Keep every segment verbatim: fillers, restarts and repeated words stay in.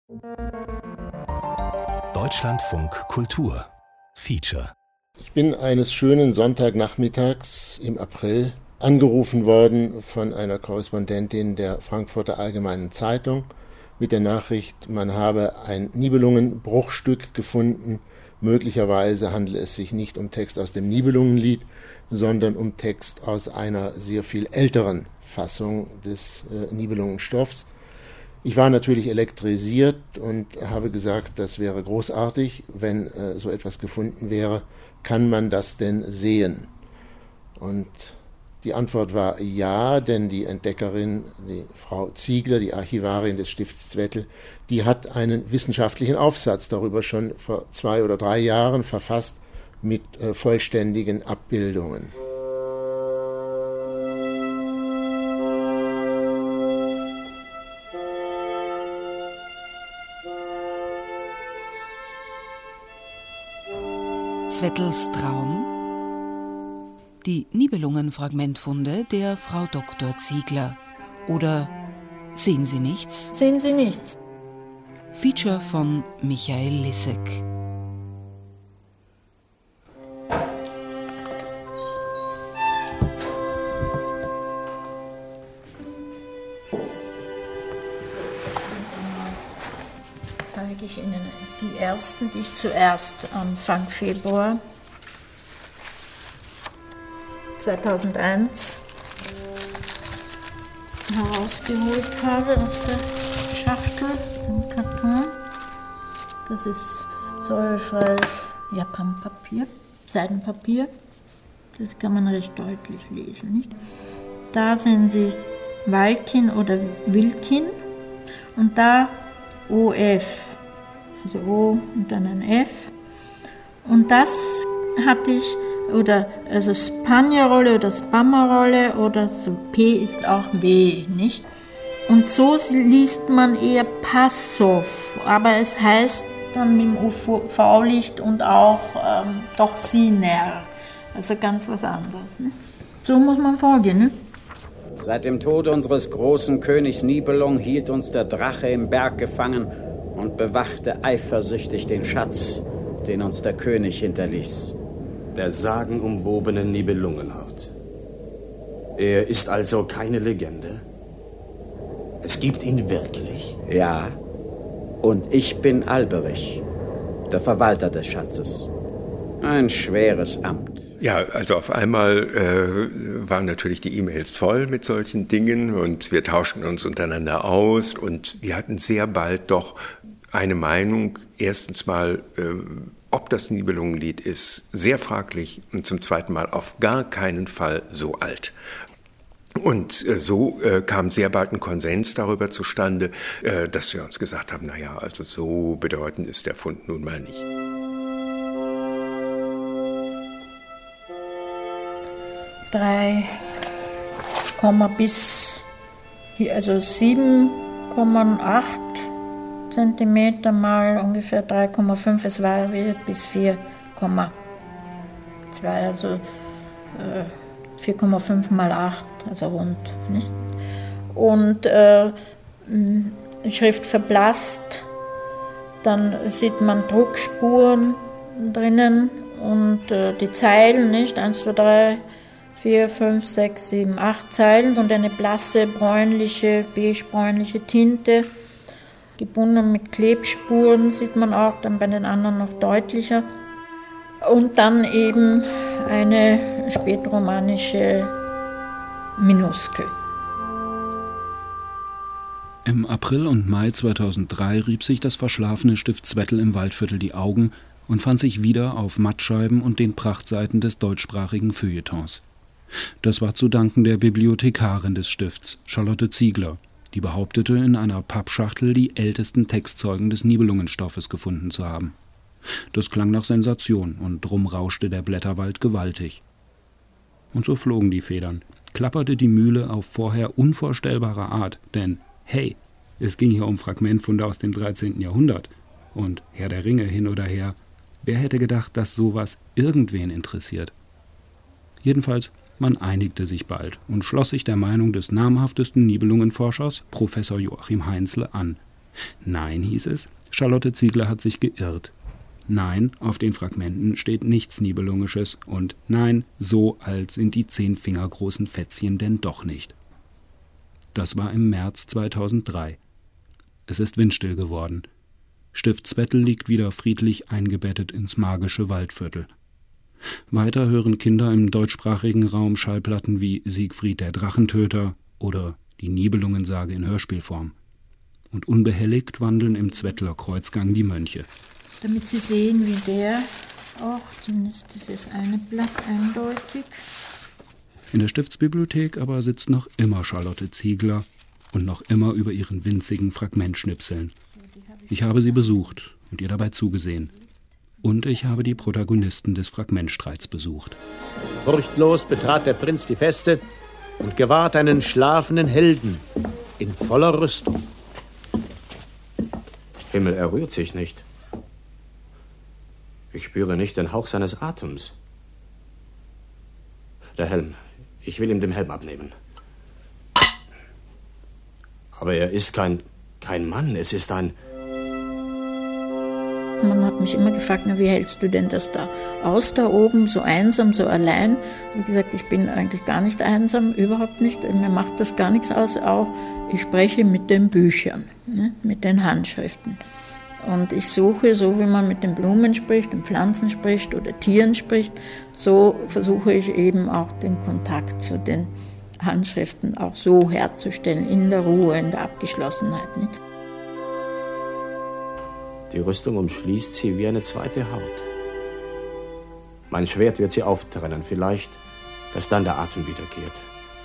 Deutschlandfunk Kultur Feature. Ich bin eines schönen Sonntagnachmittags im April angerufen worden von einer Korrespondentin der Frankfurter Allgemeinen Zeitung mit der Nachricht, man habe ein Nibelungen-Bruchstück gefunden. Möglicherweise handele es sich nicht um Text aus dem Nibelungenlied, sondern um Text aus einer sehr viel älteren Fassung des äh, Nibelungenstoffs. Ich war natürlich elektrisiert und habe gesagt, das wäre großartig, wenn äh, so etwas gefunden wäre. Kann man das denn sehen? Und die Antwort war ja, denn die Entdeckerin, die Frau Ziegler, die Archivarin des Stifts Zwettl, die hat einen wissenschaftlichen Aufsatz darüber schon vor zwei oder drei Jahren verfasst mit äh, vollständigen Abbildungen. Zwettls Traum? Die Nibelungen-Fragmentfunde der Frau Doktor Ziegler. Oder Sehen Sie nichts? Sehen Sie nichts. Feature von Michael Lissek. Jetzt zeige ich Ihnen die ersten, die ich zuerst Anfang Februar zweitausendeins herausgeholt habe aus der Schachtel, aus dem Karton. Das ist säurefreies Japanpapier, Seidenpapier. Das kann man recht deutlich lesen, nicht? Da sehen Sie Walkin oder Wilkin und da O F, also O und dann ein F. Und das hatte ich, oder also Spanja-Rolle oder Spammer-Rolle oder so P ist auch W, nicht? Und so liest man eher Passow, aber es heißt dann mit dem U V-Licht und auch ähm, doch Siner, also ganz was anderes, nicht? So muss man vorgehen, nicht? Seit dem Tod unseres großen Königs Nibelung hielt uns der Drache im Berg gefangen und bewachte eifersüchtig den Schatz, den uns der König hinterließ. Der sagenumwobene Nibelungenort. Er ist also keine Legende? Es gibt ihn wirklich? Ja, und ich bin Alberich, der Verwalter des Schatzes. Ein schweres Amt. Ja, also auf einmal äh, waren natürlich die E-Mails voll mit solchen Dingen und wir tauschten uns untereinander aus und wir hatten sehr bald doch eine Meinung. Erstens mal, äh, ob das Nibelungenlied ist, sehr fraglich und zum zweiten Mal auf gar keinen Fall so alt. Und äh, so äh, kam sehr bald ein Konsens darüber zustande, äh, dass wir uns gesagt haben, naja, also so bedeutend ist der Fund nun mal nicht. drei bis hier, also sieben Komma acht Zentimeter mal ungefähr drei Komma fünf, es variiert bis vier Komma zwei, also äh, vier Komma fünf mal acht, also rund, nicht? Und äh, Schrift verblasst, dann sieht man Druckspuren drinnen und äh, die Zeilen, nicht? eins, zwei, drei, vier, fünf, sechs, sieben, acht Zeilen und eine blasse, bräunliche, beige-bräunliche Tinte, gebunden mit Klebspuren, sieht man auch, dann bei den anderen noch deutlicher. Und dann eben eine spätromanische Minuskel. Im April und Mai zweitausenddrei rieb sich das verschlafene Stift Zwettl im Waldviertel die Augen und fand sich wieder auf Mattscheiben und den Prachtseiten des deutschsprachigen Feuilletons. Das war zu danken der Bibliothekarin des Stifts, Charlotte Ziegler, die behauptete, in einer Pappschachtel die ältesten Textzeugen des Nibelungenstoffes gefunden zu haben. Das klang nach Sensation und drum rauschte der Blätterwald gewaltig. Und so flogen die Federn, klapperte die Mühle auf vorher unvorstellbare Art, denn, hey, es ging hier um Fragmentfunde aus dem dreizehnten Jahrhundert. Und Herr der Ringe hin oder her, wer hätte gedacht, dass sowas irgendwen interessiert? Jedenfalls, man einigte sich bald und schloss sich der Meinung des namhaftesten Nibelungenforschers, Professor Joachim Heinzle, an. Nein, hieß es, Charlotte Ziegler hat sich geirrt. Nein, auf den Fragmenten steht nichts Nibelungisches und nein, so alt sind die zehn Finger großen Fätzchen denn doch nicht. Das war im März zweitausenddrei. Es ist windstill geworden. Stift Zwettl liegt wieder friedlich eingebettet ins magische Waldviertel. Weiter hören Kinder im deutschsprachigen Raum Schallplatten wie Siegfried der Drachentöter oder die Nibelungensage in Hörspielform. Und unbehelligt wandeln im Zwettler Kreuzgang die Mönche. Damit Sie sehen, wie der auch, zumindest dieses eine Blatt eindeutig. In der Stiftsbibliothek aber sitzt noch immer Charlotte Ziegler und noch immer über ihren winzigen Fragmentschnipseln. Ich habe sie besucht und ihr dabei zugesehen. Und ich habe die Protagonisten des Fragmentstreits besucht. Furchtlos betrat der Prinz die Feste und gewahrt einen schlafenden Helden in voller Rüstung. Himmel, er rührt sich nicht. Ich spüre nicht den Hauch seines Atems. Der Helm. Ich will ihm den Helm abnehmen. Aber er ist kein, kein Mann, es ist ein... Man hat mich immer gefragt, na, wie hältst du denn das da aus, da oben, so einsam, so allein? Wie gesagt, ich bin eigentlich gar nicht einsam, überhaupt nicht. Mir macht das gar nichts aus, auch ich spreche mit den Büchern, ne, mit den Handschriften. Und ich suche, so wie man mit den Blumen spricht, den Pflanzen spricht oder Tieren spricht, so versuche ich eben auch den Kontakt zu den Handschriften auch so herzustellen, in der Ruhe, in der Abgeschlossenheit. Nicht? Die Rüstung umschließt sie wie eine zweite Haut. Mein Schwert wird sie auftrennen, vielleicht, dass dann der Atem wiederkehrt.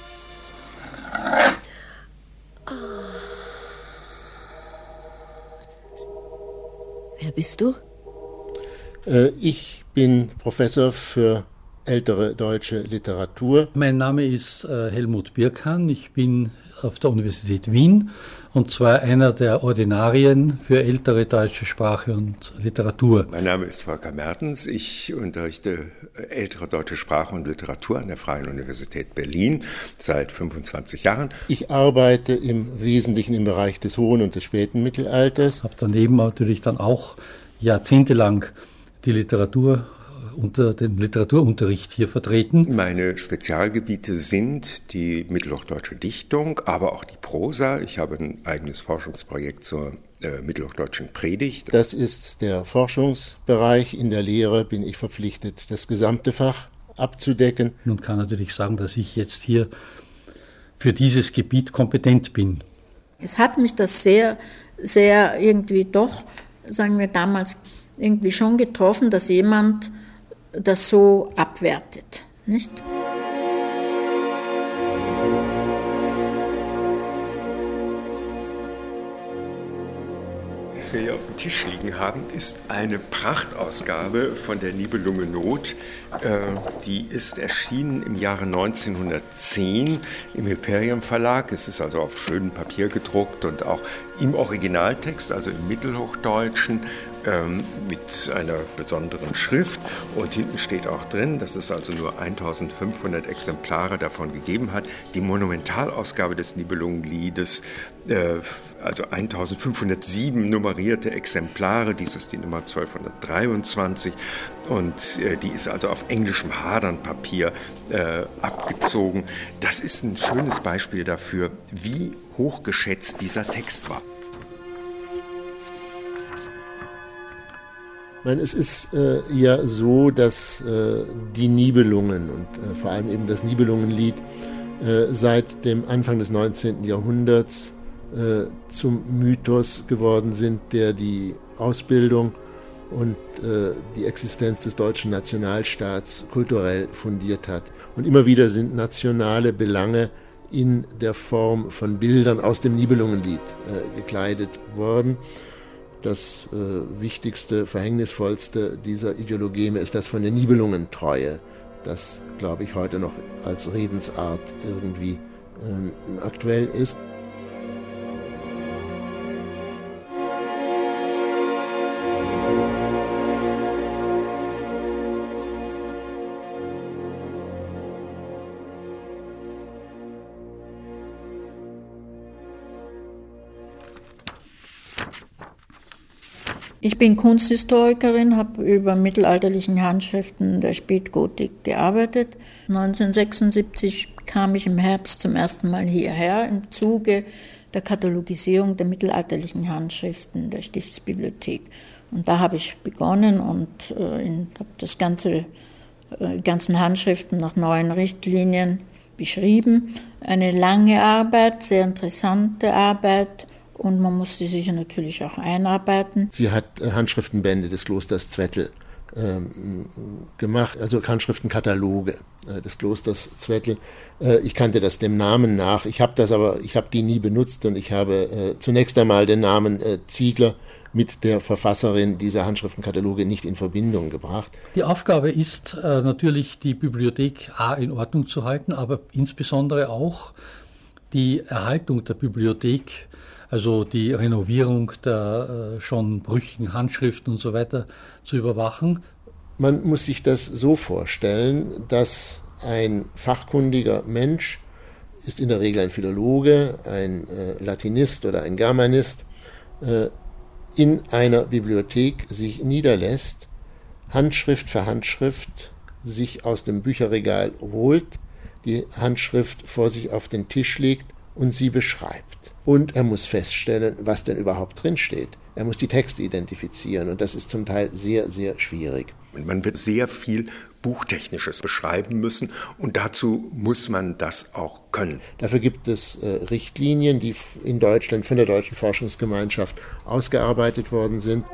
Wer bist du? Äh, ich bin Professor für ältere deutsche Literatur. Mein Name ist äh, Helmut Birkan. Ich bin auf der Universität Wien und zwar einer der Ordinarien für ältere deutsche Sprache und Literatur. Mein Name ist Volker Mertens. Ich unterrichte ältere deutsche Sprache und Literatur an der Freien Universität Berlin seit fünfundzwanzig Jahren. Ich arbeite im Wesentlichen im Bereich des hohen und des späten Mittelalters. Ich habe daneben natürlich dann auch jahrzehntelang die Literatur unter den Literaturunterricht hier vertreten. Meine Spezialgebiete sind die mittelhochdeutsche Dichtung, aber auch die Prosa. Ich habe ein eigenes Forschungsprojekt zur äh, mittelhochdeutschen Predigt. Das ist der Forschungsbereich. In der Lehre bin ich verpflichtet, das gesamte Fach abzudecken. Nun kann natürlich sagen, dass ich jetzt hier für dieses Gebiet kompetent bin. Es hat mich das sehr, sehr irgendwie doch, sagen wir damals, irgendwie schon getroffen, dass jemand das so abwertet, nicht? Was wir hier auf dem Tisch liegen haben, ist eine Prachtausgabe von der Nibelungenot. Die ist erschienen im Jahre neunzehnhundertzehn im Hyperion Verlag. Es ist also auf schönem Papier gedruckt und auch im Originaltext, also im Mittelhochdeutschen, mit einer besonderen Schrift. Und hinten steht auch drin, dass es also nur eintausendfünfhundert Exemplare davon gegeben hat. Die Monumentalausgabe des Nibelungenliedes, also eintausendfünfhundertsieben nummerierte Exemplare, dies ist die Nummer zwölfhundertdreiundzwanzig und äh, die ist also auf englischem Hadernpapier äh, abgezogen. Das ist ein schönes Beispiel dafür, wie hochgeschätzt dieser Text war. Ich meine, es ist äh, ja so, dass äh, die Nibelungen und äh, vor allem eben das Nibelungenlied äh, seit dem Anfang des neunzehnten Jahrhunderts äh, zum Mythos geworden sind, der die Ausbildung und äh, die Existenz des deutschen Nationalstaats kulturell fundiert hat. Und immer wieder sind nationale Belange in der Form von Bildern aus dem Nibelungenlied äh, gekleidet worden. Das äh, wichtigste, verhängnisvollste dieser Ideologeme ist das von der Nibelungentreue, das, glaube ich, heute noch als Redensart irgendwie äh, aktuell ist. Ich bin Kunsthistorikerin, habe über mittelalterlichen Handschriften der Spätgotik gearbeitet. neunzehnhundertsechsundsiebzig kam ich im Herbst zum ersten Mal hierher im Zuge der Katalogisierung der mittelalterlichen Handschriften der Stiftsbibliothek. Und da habe ich begonnen und äh, habe das ganze, äh, ganzen Handschriften nach neuen Richtlinien beschrieben. Eine lange Arbeit, sehr interessante Arbeit. Und man musste sich natürlich auch einarbeiten. Sie hat Handschriftenbände des Klosters Zwettl ähm, gemacht, also Handschriftenkataloge äh, des Klosters Zwettl. Äh, ich kannte das dem Namen nach. Ich habe das aber, ich habe die nie benutzt und ich habe äh, zunächst einmal den Namen äh, Ziegler mit der Verfasserin dieser Handschriftenkataloge nicht in Verbindung gebracht. Die Aufgabe ist äh, natürlich, die Bibliothek A in Ordnung zu halten, aber insbesondere auch die Erhaltung der Bibliothek, also die Renovierung der äh, schon brüchigen Handschriften und so weiter zu überwachen. Man muss sich das so vorstellen, dass ein fachkundiger Mensch ist in der Regel ein Philologe, ein äh, Latinist oder ein Germanist, äh, in einer Bibliothek sich niederlässt, Handschrift für Handschrift sich aus dem Bücherregal holt, die Handschrift vor sich auf den Tisch legt und sie beschreibt. Und er muss feststellen, was denn überhaupt drinsteht. Er muss die Texte identifizieren und das ist zum Teil sehr, sehr schwierig. Man wird sehr viel Buchtechnisches beschreiben müssen und dazu muss man das auch können. Dafür gibt es äh, Richtlinien, die in Deutschland von der Deutschen Forschungsgemeinschaft ausgearbeitet worden sind.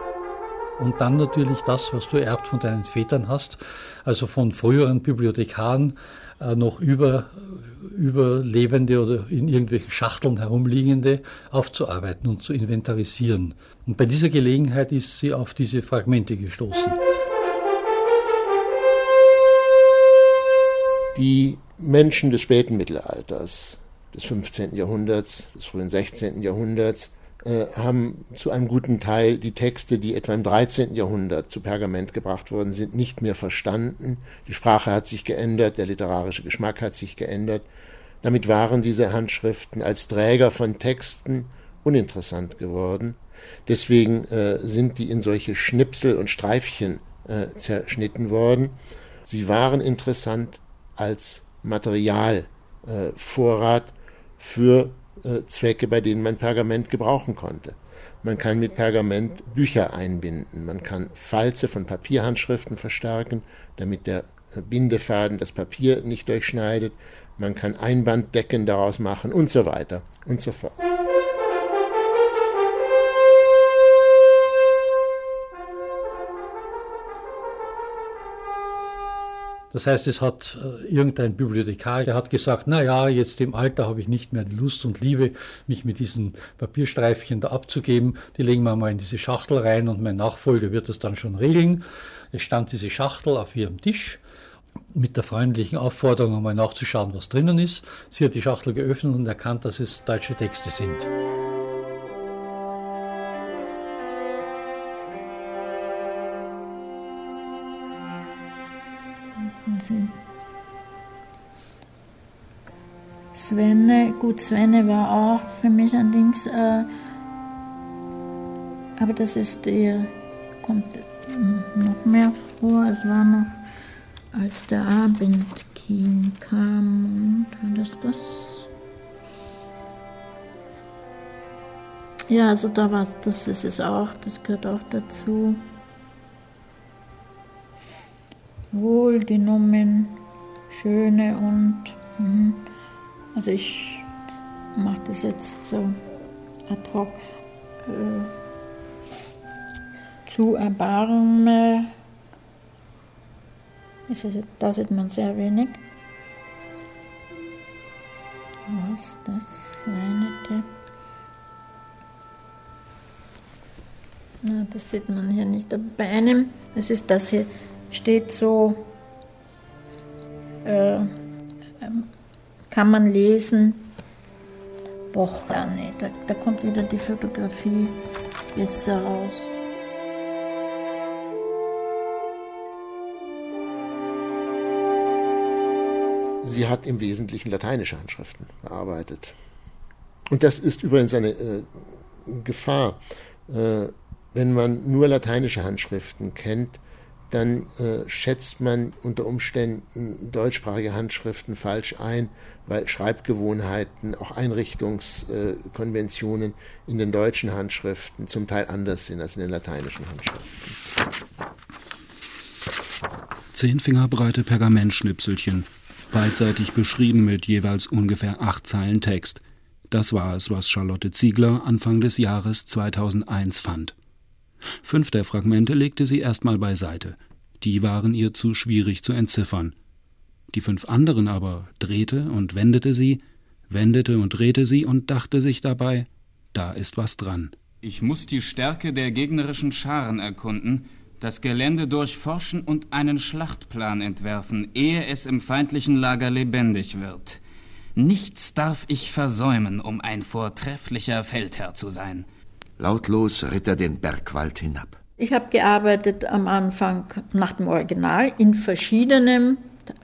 Und dann natürlich das, was du erbt von deinen Vätern hast, also von früheren Bibliothekaren äh, noch über, überlebende oder in irgendwelchen Schachteln herumliegende aufzuarbeiten und zu inventarisieren. Und bei dieser Gelegenheit ist sie auf diese Fragmente gestoßen. Die Menschen des späten Mittelalters, des fünfzehnten Jahrhunderts, des frühen sechzehnten Jahrhunderts, äh, haben zu einem guten Teil die Texte, die etwa im dreizehnten Jahrhundert zu Pergament gebracht worden sind, nicht mehr verstanden. Die Sprache hat sich geändert, der literarische Geschmack hat sich geändert. Damit waren diese Handschriften als Träger von Texten uninteressant geworden. Deswegen äh, sind die in solche Schnipsel und Streifchen äh, zerschnitten worden. Sie waren interessant als Materialvorrat äh, für äh, Zwecke, bei denen man Pergament gebrauchen konnte. Man kann mit Pergament Bücher einbinden, man kann Falze von Papierhandschriften verstärken, damit der Bindefaden das Papier nicht durchschneidet, man kann Einbanddecken daraus machen und so weiter und so fort. Das heißt, es hat äh, irgendein Bibliothekar, der hat gesagt, na ja, jetzt im Alter habe ich nicht mehr die Lust und Liebe, mich mit diesen Papierstreifchen da abzugeben. Die legen wir mal in diese Schachtel rein und mein Nachfolger wird das dann schon regeln. Es stand diese Schachtel auf ihrem Tisch mit der freundlichen Aufforderung, einmal nachzuschauen, was drinnen ist. Sie hat die Schachtel geöffnet und erkannt, dass es deutsche Texte sind. Svenne, gut, Svenne war auch für mich ein Dings, äh, aber das ist eher, kommt noch mehr vor. Es war noch, als der Abendkien kam, und das das. Ja, also da war, das ist es auch, das gehört auch dazu. Wohlgenommen, schöne und mh. Also ich mache das jetzt so ad hoc. Äh, zu erbarme, ist es, da sieht man sehr wenig. Was das eine? Na, das sieht man hier nicht. Aber bei einem, das ist das hier, steht so, äh, kann man lesen, Bochlane, da, da kommt wieder die Fotografie besser raus. Sie hat im Wesentlichen lateinische Handschriften bearbeitet. Und das ist übrigens eine äh, Gefahr. Äh, Wenn man nur lateinische Handschriften kennt, dann äh, schätzt man unter Umständen deutschsprachige Handschriften falsch ein, weil Schreibgewohnheiten, auch Einrichtungskonventionen äh, in den deutschen Handschriften zum Teil anders sind als in den lateinischen Handschriften. Zehn Fingerbreite Pergamentschnipselchen, beidseitig beschrieben mit jeweils ungefähr acht Zeilen Text. Das war es, was Charlotte Ziegler Anfang des Jahres zweitausendeins fand. Fünf der Fragmente legte sie erstmal beiseite. Die waren ihr zu schwierig zu entziffern. Die fünf anderen aber drehte und wendete sie, wendete und drehte sie und dachte sich dabei, da ist was dran. Ich muss die Stärke der gegnerischen Scharen erkunden, das Gelände durchforschen und einen Schlachtplan entwerfen, ehe es im feindlichen Lager lebendig wird. Nichts darf ich versäumen, um ein vortrefflicher Feldherr zu sein. Lautlos ritt er den Bergwald hinab. Ich habe gearbeitet am Anfang nach dem Original in verschiedenen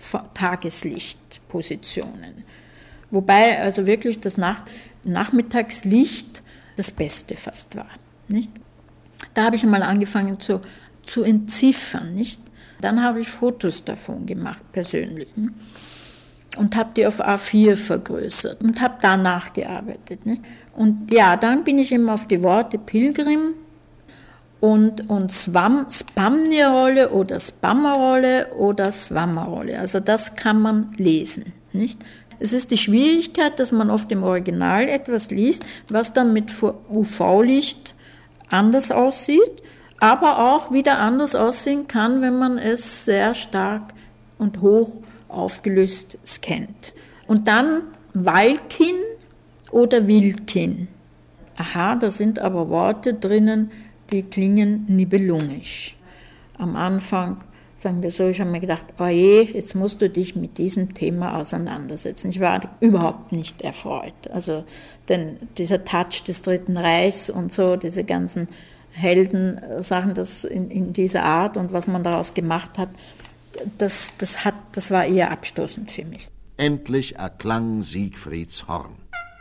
Tageslichtpositionen. Wobei also wirklich das Nach- Nachmittagslicht das Beste fast war. Nicht? Da habe ich einmal angefangen zu, zu entziffern. Nicht? Dann habe ich Fotos davon gemacht, persönlich. Und habe die auf A vier vergrößert und habe da nachgearbeitet. Nicht? Und ja, dann bin ich eben auf die Worte Pilgrim und, und Swam, Spamnirolle oder Spammerolle oder Swammerolle. Also das kann man lesen. Nicht? Es ist die Schwierigkeit, dass man oft im Original etwas liest, was dann mit U V-Licht anders aussieht, aber auch wieder anders aussehen kann, wenn man es sehr stark und hoch aufgelöst scannt. Und dann Walkin oder Wilkin. Aha, da sind aber Worte drinnen, die klingen nibelungisch. Am Anfang, sagen wir so, ich habe mir gedacht, oh je, jetzt musst du dich mit diesem Thema auseinandersetzen. Ich war überhaupt nicht erfreut. Also, denn dieser Touch des Dritten Reichs und so, diese ganzen Heldensachen, das in, in dieser Art und was man daraus gemacht hat, Das, das, hat, das war eher abstoßend für mich. Endlich erklang Siegfrieds Horn.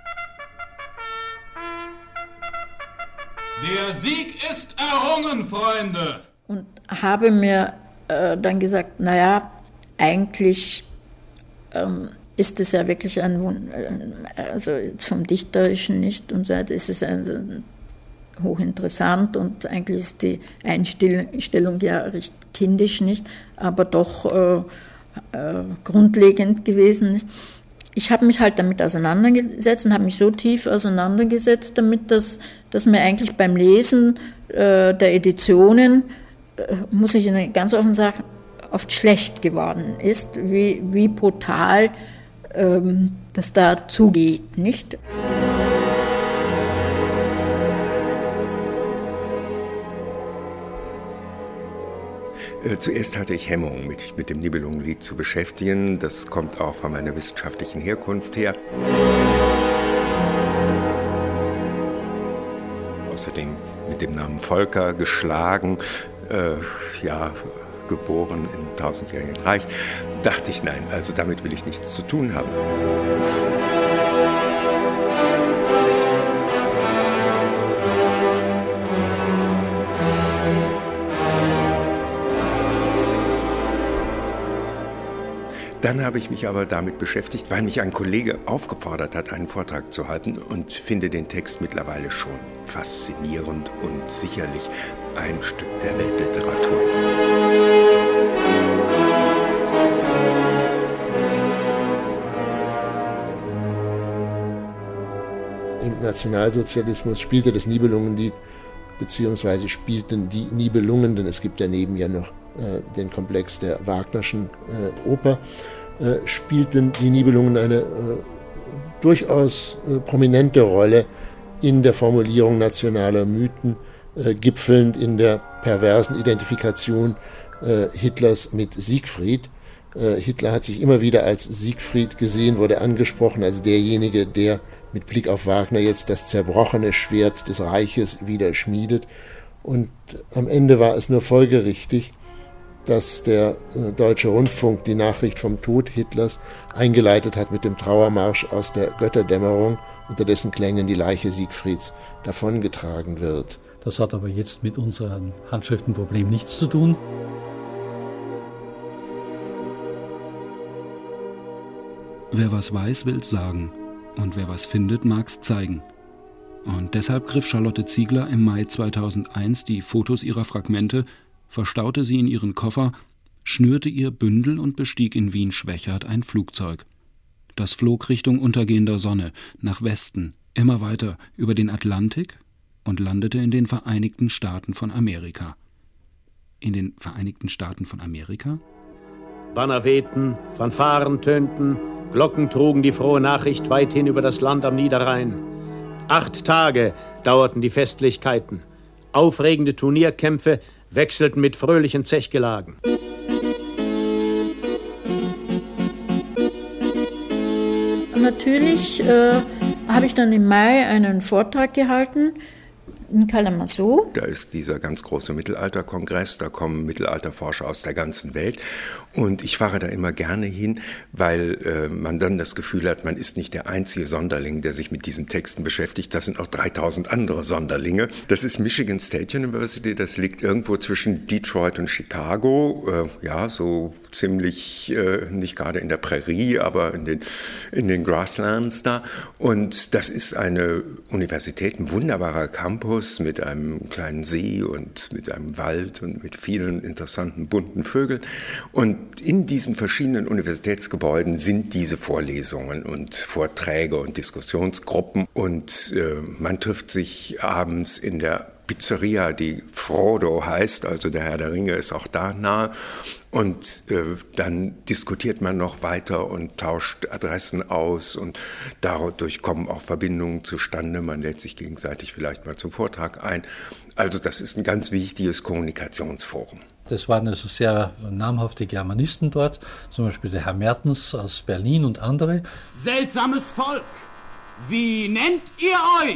Der Sieg ist errungen, Freunde! Und habe mir äh, dann gesagt, naja, eigentlich ähm, ist es ja wirklich ein Wunder, also vom Dichterischen nicht und so weiter, ist es ein, hochinteressant und eigentlich ist die Einstellung ja recht kindisch, nicht, aber doch äh, äh, grundlegend gewesen. Nicht? Ich habe mich halt damit auseinandergesetzt und habe mich so tief auseinandergesetzt damit, dass, dass mir eigentlich beim Lesen äh, der Editionen, äh, muss ich Ihnen ganz offen sagen, oft schlecht geworden ist, wie, wie brutal ähm, das da zugeht, nicht? Zuerst hatte ich Hemmungen, mich mit dem Nibelungenlied zu beschäftigen. Das kommt auch von meiner wissenschaftlichen Herkunft her. Außerdem mit dem Namen Volker geschlagen, äh, ja, geboren im tausendjährigen Reich. Dachte ich, nein, also damit will ich nichts zu tun haben. Dann habe ich mich aber damit beschäftigt, weil mich ein Kollege aufgefordert hat, einen Vortrag zu halten und finde den Text mittlerweile schon faszinierend und sicherlich ein Stück der Weltliteratur. Im Nationalsozialismus spielte das Nibelungenlied, beziehungsweise spielten die Nibelungen, denn es gibt daneben ja noch äh, den Komplex der Wagnerschen äh, Oper, äh, spielten die Nibelungen eine äh, durchaus äh, prominente Rolle in der Formulierung nationaler Mythen, äh, gipfelnd in der perversen Identifikation äh, Hitlers mit Siegfried. Äh, Hitler hat sich immer wieder als Siegfried gesehen, wurde angesprochen als derjenige, der mit Blick auf Wagner jetzt das zerbrochene Schwert des Reiches wieder schmiedet. Und am Ende war es nur folgerichtig, dass der äh, Deutsche Rundfunk die Nachricht vom Tod Hitlers eingeleitet hat mit dem Trauermarsch aus der Götterdämmerung, unter dessen Klängen die Leiche Siegfrieds davongetragen wird. Das hat aber jetzt mit unserem Handschriftenproblem nichts zu tun. Wer was weiß, will's sagen. Und wer was findet, mag's zeigen. Und deshalb griff Charlotte Ziegler im Mai zweitausendeins die Fotos ihrer Fragmente, verstaute sie in ihren Koffer, schnürte ihr Bündel und bestieg in Wien-Schwechat ein Flugzeug. Das flog Richtung untergehender Sonne, nach Westen, immer weiter über den Atlantik und landete in den Vereinigten Staaten von Amerika. In den Vereinigten Staaten von Amerika? Banner wehten, Fanfaren tönten, Glocken trugen die frohe Nachricht weithin über das Land am Niederrhein. Acht Tage dauerten die Festlichkeiten. Aufregende Turnierkämpfe wechselten mit fröhlichen Zechgelagen. Natürlich äh, habe ich dann im Mai einen Vortrag gehalten in Kalamazoo. Da ist dieser ganz große Mittelalterkongress, da kommen Mittelalterforscher aus der ganzen Welt und ich fahre da immer gerne hin, weil äh, man dann das Gefühl hat, man ist nicht der einzige Sonderling, der sich mit diesen Texten beschäftigt, das sind auch dreitausend andere Sonderlinge. Das ist Michigan State University, das liegt irgendwo zwischen Detroit und Chicago, äh, ja, so ziemlich, äh, nicht gerade in der Prärie, aber in den, in den Grasslands da und das ist eine Universität, ein wunderbarer Campus, mit einem kleinen See und mit einem Wald und mit vielen interessanten bunten Vögeln. Und in diesen verschiedenen Universitätsgebäuden sind diese Vorlesungen und Vorträge und Diskussionsgruppen. Und äh, man trifft sich abends in der Pizzeria, die Frodo heißt, also der Herr der Ringe ist auch da nahe. Und äh, dann diskutiert man noch weiter und tauscht Adressen aus und dadurch kommen auch Verbindungen zustande. Man lädt sich gegenseitig vielleicht mal zum Vortrag ein. Also das ist ein ganz wichtiges Kommunikationsforum. Das waren also sehr namhafte Germanisten dort, zum Beispiel der Herr Mertens aus Berlin und andere. Seltsames Volk, wie nennt ihr euch?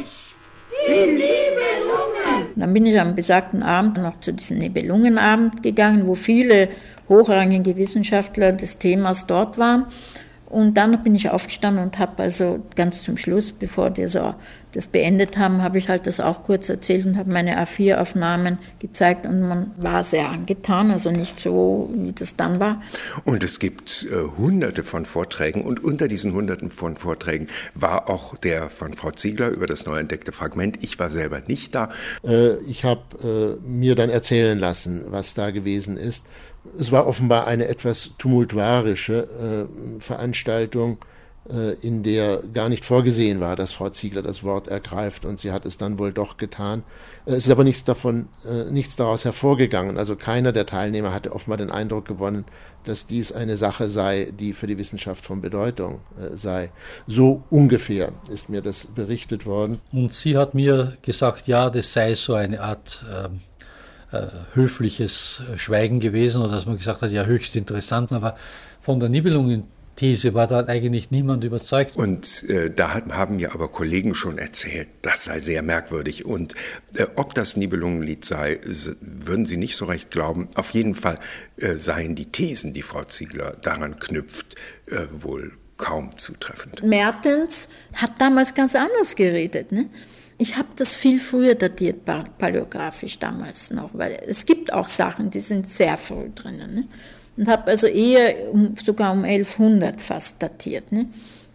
Die Nibelungen! Dann bin ich am besagten Abend noch zu diesem Nibelungenabend gegangen, wo viele hochrangige Wissenschaftler des Themas dort waren. Und dann bin ich aufgestanden und habe also ganz zum Schluss, bevor die so das beendet haben, habe ich halt das auch kurz erzählt und habe meine A vier Aufnahmen gezeigt und man war sehr angetan, also nicht so, wie das dann war. Und es gibt äh, hunderte von Vorträgen und unter diesen hunderten von Vorträgen war auch der von Frau Ziegler über das neu entdeckte Fragment. Ich war selber nicht da. Äh, ich habe äh, mir dann erzählen lassen, was da gewesen ist. Es war offenbar eine etwas tumultuarische äh, Veranstaltung, äh, in der gar nicht vorgesehen war, dass Frau Ziegler das Wort ergreift und sie hat es dann wohl doch getan. Äh, es ist aber nichts davon, äh, nichts daraus hervorgegangen. Also keiner der Teilnehmer hatte offenbar den Eindruck gewonnen, dass dies eine Sache sei, die für die Wissenschaft von Bedeutung äh, sei. So ungefähr ist mir das berichtet worden. Und sie hat mir gesagt, ja, das sei so eine Art ähm Äh, höfliches Schweigen gewesen oder dass man gesagt hat, ja, höchst interessant, aber von der Nibelungen-These war da eigentlich niemand überzeugt. Und äh, da hat, haben mir aber Kollegen schon erzählt, das sei sehr merkwürdig und äh, ob das Nibelungenlied sei, würden sie nicht so recht glauben. Auf jeden Fall äh, seien die Thesen, die Frau Ziegler daran knüpft, äh, wohl kaum zutreffend. Mertens hat damals ganz anders geredet, ne? Ich habe das viel früher datiert, paläografisch damals noch, weil es gibt auch Sachen, die sind sehr früh drinnen. Ne? Und habe also eher um, sogar um elfhundert fast datiert. Ne?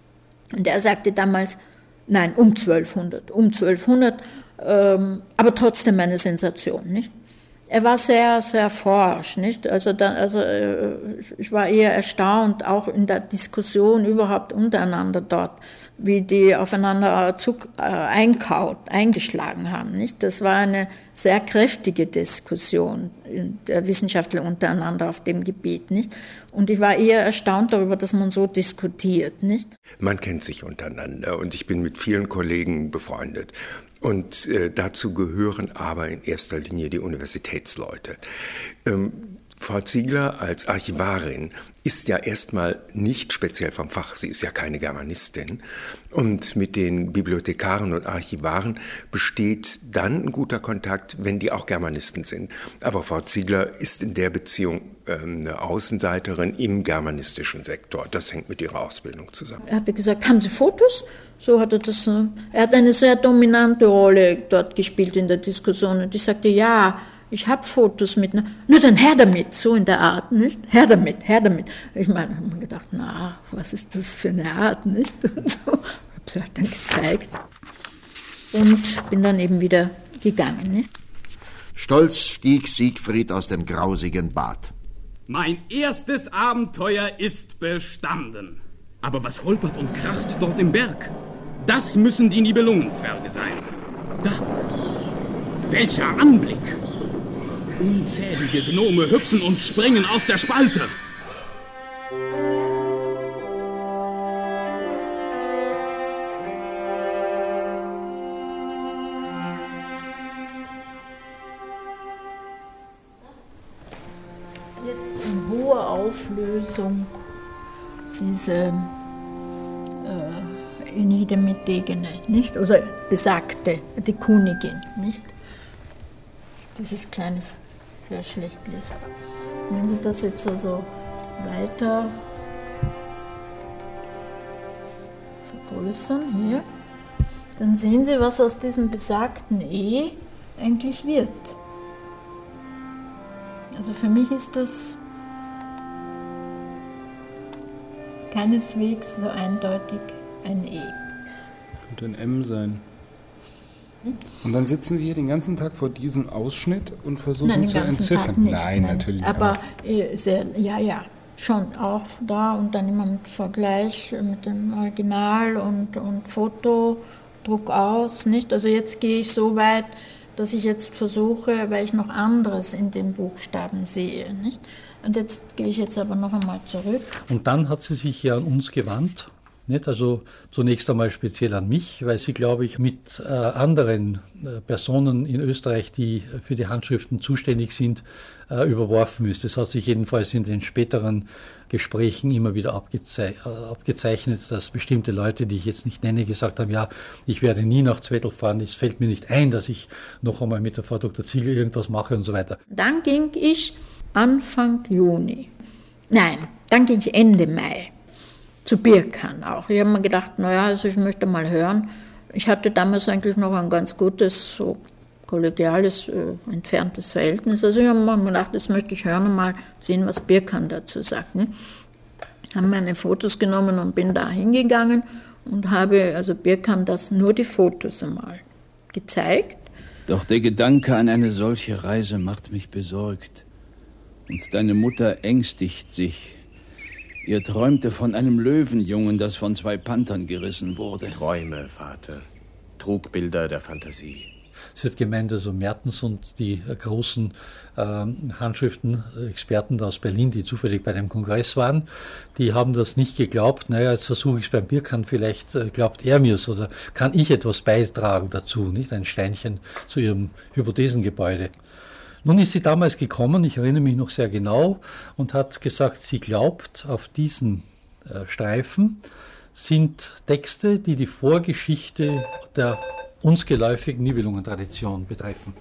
Und er sagte damals, nein, um zwölfhundert, um zwölfhundert, ähm, aber trotzdem eine Sensation, nicht? Er war sehr, sehr forsch, nicht? Also, da, also äh, ich war eher erstaunt, auch in der Diskussion überhaupt untereinander dort, wie die aufeinander Zug äh, einkaut, eingeschlagen haben, nicht? Das war eine sehr kräftige Diskussion der Wissenschaftler untereinander auf dem Gebiet, nicht? Und ich war eher erstaunt darüber, dass man so diskutiert, nicht? Man kennt sich untereinander und ich bin mit vielen Kollegen befreundet. Und äh, dazu gehören aber in erster Linie die Universitätsleute. Ähm, Frau Ziegler als Archivarin ist ja erstmal nicht speziell vom Fach, sie ist ja keine Germanistin. Und mit den Bibliothekaren und Archivaren besteht dann ein guter Kontakt, wenn die auch Germanisten sind. Aber Frau Ziegler ist in der Beziehung äh, eine Außenseiterin im germanistischen Sektor. Das hängt mit ihrer Ausbildung zusammen. Er hatte gesagt, haben Sie Fotos? So hat er das. Äh, er hat eine sehr dominante Rolle dort gespielt in der Diskussion. Und ich sagte, ja, ich habe Fotos mit, nur dann her damit, so in der Art, nicht? Her damit, her damit. Ich meine, ich habe mir gedacht, na, was ist das für eine Art, nicht? Und so, habe es halt dann gezeigt und bin dann eben wieder gegangen, nicht? Stolz stieg Siegfried aus dem grausigen Bad. Mein erstes Abenteuer ist bestanden. Aber was holpert und kracht dort im Berg? Das müssen die Nibelungenzwerge sein. Da, welcher Anblick! Unzählige Gnome hüpfen und springen aus der Spalte. Jetzt in hoher Auflösung diese äh, Enide mit Degene, nicht? Also besagte, die Königin, nicht? Dieses kleine, sehr schlecht lesen. Wenn Sie das jetzt also weiter vergrößern, hier, dann sehen Sie, was aus diesem besagten E eigentlich wird. Also für mich ist das keineswegs so eindeutig ein E. Könnte ein M sein. Und dann sitzen Sie hier den ganzen Tag vor diesem Ausschnitt und versuchen nein, den zu ganzen entziffern. Tag nicht, nein, nein, natürlich. Aber, aber äh, sehr, ja, ja, schon auch da und dann immer mit Vergleich mit dem Original und, und Foto, Druck aus, nicht? Also jetzt gehe ich so weit, dass ich jetzt versuche, weil ich noch anderes in den Buchstaben sehe, nicht? Und jetzt gehe ich jetzt aber noch einmal zurück. Und dann hat sie sich ja an uns gewandt. Nicht? Also zunächst einmal speziell an mich, weil sie, glaube ich, mit äh, anderen äh, Personen in Österreich, die für die Handschriften zuständig sind, äh, überworfen ist. Das hat sich jedenfalls in den späteren Gesprächen immer wieder abgezei- äh, abgezeichnet, dass bestimmte Leute, die ich jetzt nicht nenne, gesagt haben, ja, ich werde nie nach Zwettl fahren, es fällt mir nicht ein, dass ich noch einmal mit der Frau Doktor Ziegler irgendwas mache und so weiter. Dann ging ich Anfang Juni, nein, dann ging ich Ende Mai. Zu Birkan auch. Ich habe mir gedacht, naja, also ich möchte mal hören. Ich hatte damals eigentlich noch ein ganz gutes, so kollegiales, äh, entferntes Verhältnis. Also ich habe mir gedacht, das möchte ich hören und mal sehen, was Birkan dazu sagt. Ne? Habe meine Fotos genommen und bin da hingegangen und habe also Birkan das nur die Fotos einmal gezeigt. Doch der Gedanke an eine solche Reise macht mich besorgt. Und deine Mutter ängstigt sich. Ihr träumte von einem Löwenjungen, das von zwei Panthern gerissen wurde. Träume, Vater. Trugbilder der Fantasie. Es wird gemeint, also Mertens und die äh, großen äh, Handschriftenexperten aus Berlin, die zufällig bei dem Kongress waren, die haben das nicht geglaubt. Naja, jetzt versuche ich es beim Birkan, vielleicht äh, glaubt er mir es oder kann ich etwas beitragen dazu, nicht? Ein Steinchen zu ihrem Hypothesengebäude. Nun ist sie damals gekommen, ich erinnere mich noch sehr genau, und hat gesagt, sie glaubt, auf diesen äh, Streifen sind Texte, die die Vorgeschichte der uns geläufigen Nibelungentradition betreffen.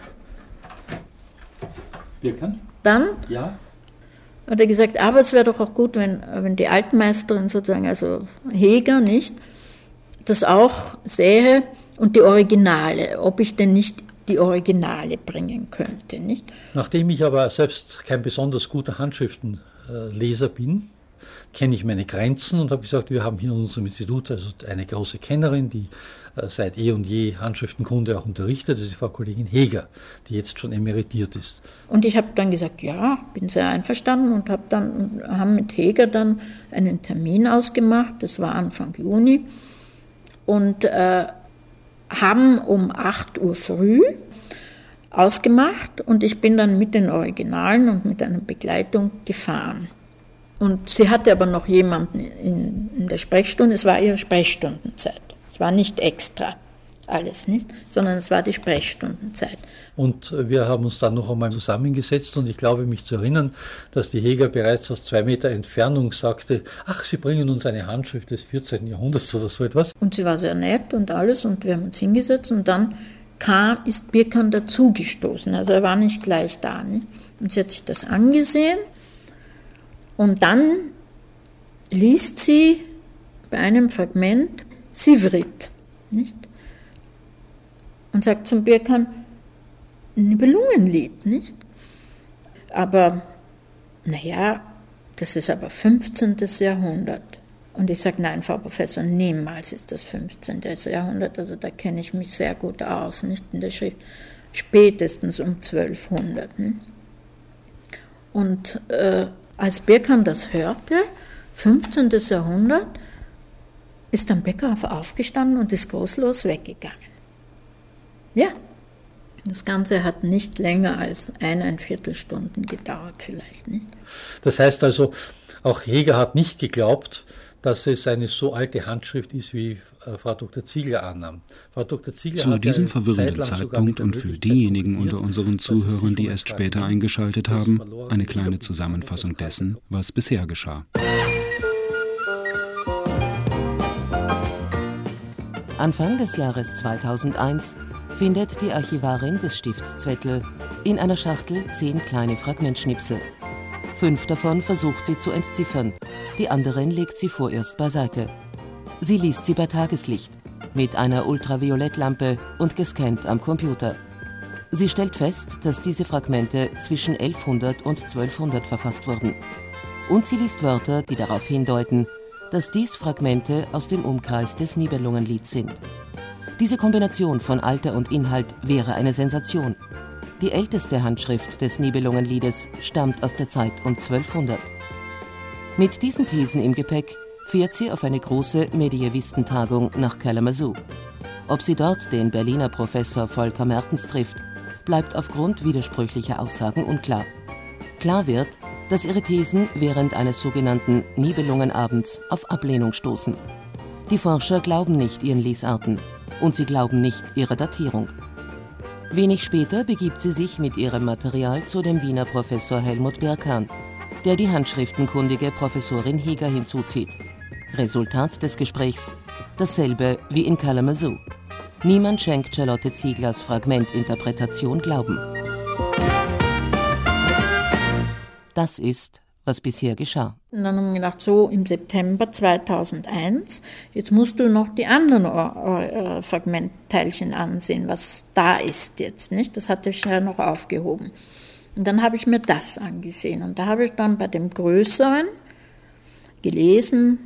Birkan? Dann ja. hat er gesagt, aber es wäre doch auch gut, wenn, wenn die Altmeisterin sozusagen, also Heger, nicht, das auch sähe und die Originale, ob ich denn nicht die Originale bringen könnte, nicht? Nachdem ich aber selbst kein besonders guter Handschriftenleser bin, kenne ich meine Grenzen und habe gesagt, wir haben hier in unserem Institut also eine große Kennerin, die äh, seit eh und je Handschriftenkunde auch unterrichtet, das ist die Frau Kollegin Heger, die jetzt schon emeritiert ist. Und ich habe dann gesagt, ja, bin sehr einverstanden und habe dann haben mit Heger dann einen Termin ausgemacht, das war Anfang Juni, und äh, haben um acht Uhr früh ausgemacht und ich bin dann mit den Originalen und mit einer Begleitung gefahren. Und sie hatte aber noch jemanden in, in der Sprechstunde, es war ihre Sprechstundenzeit, es war nicht extra. alles nicht, sondern es war die Sprechstundenzeit. Und wir haben uns dann noch einmal zusammengesetzt und ich glaube, mich zu erinnern, dass die Heger bereits aus zwei Meter Entfernung sagte, ach, Sie bringen uns eine Handschrift des vierzehnten Jahrhunderts oder so etwas. Und sie war sehr nett und alles und wir haben uns hingesetzt und dann kam, ist Birkan dazugestoßen, also er war nicht gleich da. Nicht? Und sie hat sich das angesehen und dann liest sie bei einem Fragment Sivrit, nicht? Und sagt zum Birkan, ein Nibelungenlied, nicht? Aber, naja, das ist aber fünfzehnten. Jahrhundert. Und ich sage, nein, Frau Professor, niemals ist das fünfzehnten. Jahrhundert, also da kenne ich mich sehr gut aus, nicht in der Schrift, spätestens um zwölfhundert. Nicht? Und äh, als Birkan das hörte, fünfzehnten. Jahrhundert, ist dann Beckhoff aufgestanden und ist großlos weggegangen. Ja, das Ganze hat nicht länger als eineinviertel Stunden gedauert, vielleicht nicht. Das heißt also, auch Heger hat nicht geglaubt, dass es eine so alte Handschrift ist, wie äh, Frau Doktor Ziegler annahm. Frau Doktor Ziegler Zu hat diesem ja verwirrenden Zeitpunkt und für diejenigen unter unseren Zuhörern, die erst später eingeschaltet haben, eine kleine Zusammenfassung dessen, was bisher geschah. Anfang des Jahres zweitausendeins findet die Archivarin des Stifts Zwettl in einer Schachtel zehn kleine Fragmentschnipsel. Fünf davon versucht sie zu entziffern, die anderen legt sie vorerst beiseite. Sie liest sie bei Tageslicht, mit einer Ultraviolettlampe und gescannt am Computer. Sie stellt fest, dass diese Fragmente zwischen elfhundert und zwölfhundert verfasst wurden. Und sie liest Wörter, die darauf hindeuten, dass dies Fragmente aus dem Umkreis des Nibelungenlieds sind. Diese Kombination von Alter und Inhalt wäre eine Sensation. Die älteste Handschrift des Nibelungenliedes stammt aus der Zeit um zwölfhundert. Mit diesen Thesen im Gepäck fährt sie auf eine große Mediävistentagung nach Kalamazoo. Ob sie dort den Berliner Professor Volker Mertens trifft, bleibt aufgrund widersprüchlicher Aussagen unklar. Klar wird, dass ihre Thesen während eines sogenannten Nibelungenabends auf Ablehnung stoßen. Die Forscher glauben nicht ihren Lesarten und sie glauben nicht ihrer Datierung. Wenig später begibt sie sich mit ihrem Material zu dem Wiener Professor Helmut Birkan, der die handschriftenkundige Professorin Heger hinzuzieht. Resultat des Gesprächs: dasselbe wie in Kalamazoo. Niemand schenkt Charlotte Zieglers Fragmentinterpretation Glauben. Das ist, was bisher geschah. Und dann haben wir gedacht, so im September zweitausendeins, jetzt musst du noch die anderen äh, Fragmentteilchen ansehen, was da ist jetzt, nicht? Das hatte ich ja noch aufgehoben. Und dann habe ich mir das angesehen und da habe ich dann bei dem Größeren gelesen,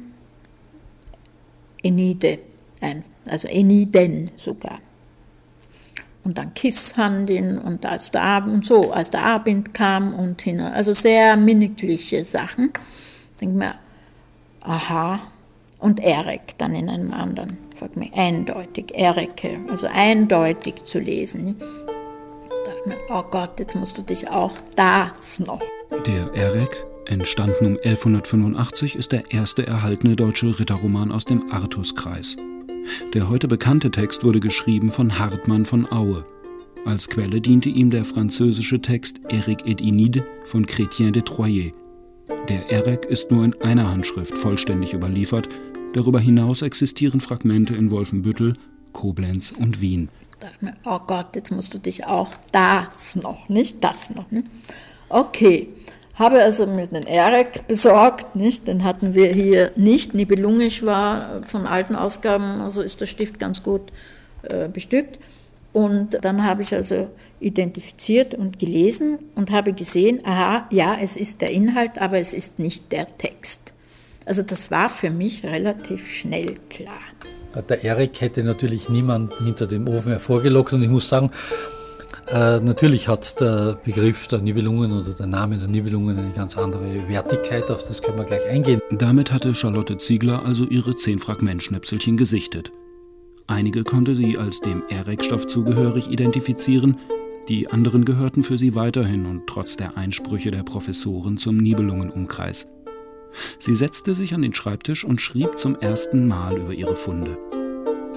Enide, also Eniden sogar. Und dann Kisshandin und als der Abend, so, als der Abend kam und hin, also sehr minnigliche Sachen. Denke mir, aha, und Erik dann in einem anderen Fragment, eindeutig, Erike, also eindeutig zu lesen. Da dachte mir, oh Gott, jetzt musst du dich auch das noch. Der Erik, entstanden um elfhundertfünfundachtzig, ist der erste erhaltene deutsche Ritterroman aus dem Artuskreis. Der heute bekannte Text wurde geschrieben von Hartmann von Aue. Als Quelle diente ihm der französische Text Eric et Enide von Chrétien de Troyes. Der Erik ist nur in einer Handschrift vollständig überliefert. Darüber hinaus existieren Fragmente in Wolfenbüttel, Koblenz und Wien. Da dachte ich mir, oh Gott, jetzt musst du dich auch das noch, nicht das noch. Nicht? Okay, habe also mit den Erik besorgt, nicht? Den hatten wir hier nicht. Nibelungisch war von alten Ausgaben, also ist der Stift ganz gut äh, bestückt. Und dann habe ich also identifiziert und gelesen und habe gesehen, aha, ja, es ist der Inhalt, aber es ist nicht der Text. Also das war für mich relativ schnell klar. Der Erik hätte natürlich niemanden hinter dem Ofen hervorgelockt und ich muss sagen, Äh, natürlich hat der Begriff der Nibelungen oder der Name der Nibelungen eine ganz andere Wertigkeit, auf das können wir gleich eingehen. Damit hatte Charlotte Ziegler also ihre zehn Fragmentschnipselchen gesichtet. Einige konnte sie als dem Erik-Stoff zugehörig identifizieren, die anderen gehörten für sie weiterhin und trotz der Einsprüche der Professoren zum Nibelungenumkreis. Sie setzte sich an den Schreibtisch und schrieb zum ersten Mal über ihre Funde.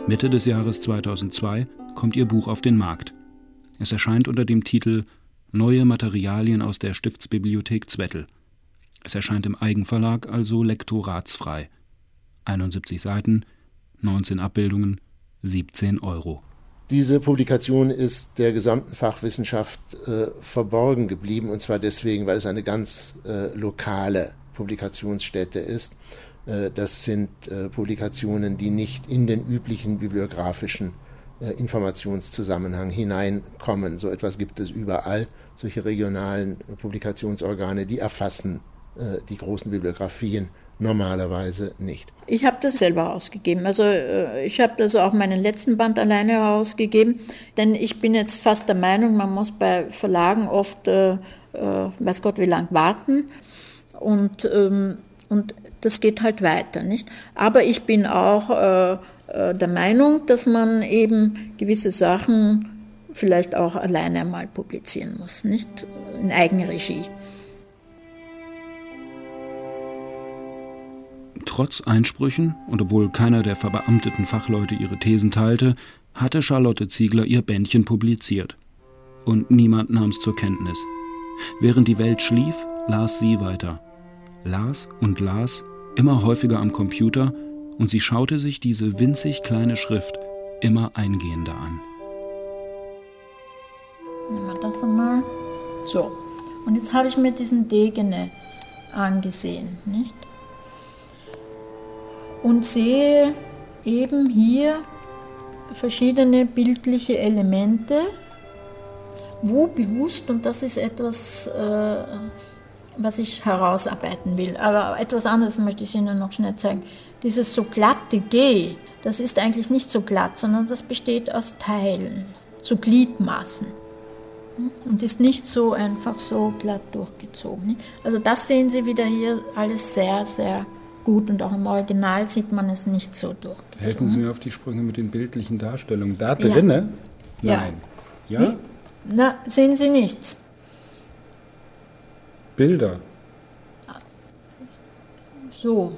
Mitte des Jahres zweitausendzwei kommt ihr Buch auf den Markt. Es erscheint unter dem Titel »Neue Materialien aus der Stiftsbibliothek Zwettl«. Es erscheint im Eigenverlag, also lektoratsfrei. einundsiebzig Seiten, neunzehn Abbildungen, siebzehn Euro. Diese Publikation ist der gesamten Fachwissenschaft äh, verborgen geblieben, und zwar deswegen, weil es eine ganz äh, lokale Publikationsstätte ist. Äh, das sind äh, Publikationen, die nicht in den üblichen bibliografischen äh, Informationszusammenhang hineinkommen. So etwas gibt es überall. Solche regionalen Publikationsorgane, die erfassen äh, die großen Bibliografien normalerweise nicht. Ich habe das selber ausgegeben. Also ich habe also auch meinen letzten Band alleine herausgegeben, denn ich bin jetzt fast der Meinung, man muss bei Verlagen oft, äh, weiß Gott wie lang, warten und, ähm, und das geht halt weiter, nicht? Aber ich bin auch äh, der Meinung, dass man eben gewisse Sachen vielleicht auch alleine einmal publizieren muss, nicht in Eigenregie. Trotz Einsprüchen und obwohl keiner der verbeamteten Fachleute ihre Thesen teilte, hatte Charlotte Ziegler ihr Bändchen publiziert. Und niemand nahm es zur Kenntnis. Während die Welt schlief, las sie weiter. Las und las, immer häufiger am Computer, und sie schaute sich diese winzig kleine Schrift immer eingehender an. Nehmen wir das einmal. So, und jetzt habe ich mir diesen Degene angesehen, nicht? Und sehe eben hier verschiedene bildliche Elemente, wo bewusst, und das ist etwas, äh, was ich herausarbeiten will, aber etwas anderes möchte ich Ihnen noch schnell zeigen. Dieses so glatte G, das ist eigentlich nicht so glatt, sondern das besteht aus Teilen, so Gliedmaßen. Und ist nicht so einfach so glatt durchgezogen. Also das sehen Sie wieder hier alles sehr, sehr gut, und auch im Original sieht man es nicht so durch. Helfen Sie mir auf die Sprünge mit den bildlichen Darstellungen. Da drinne? Ja. Nein. Ja? ja? Na, sehen Sie nichts. Bilder. So.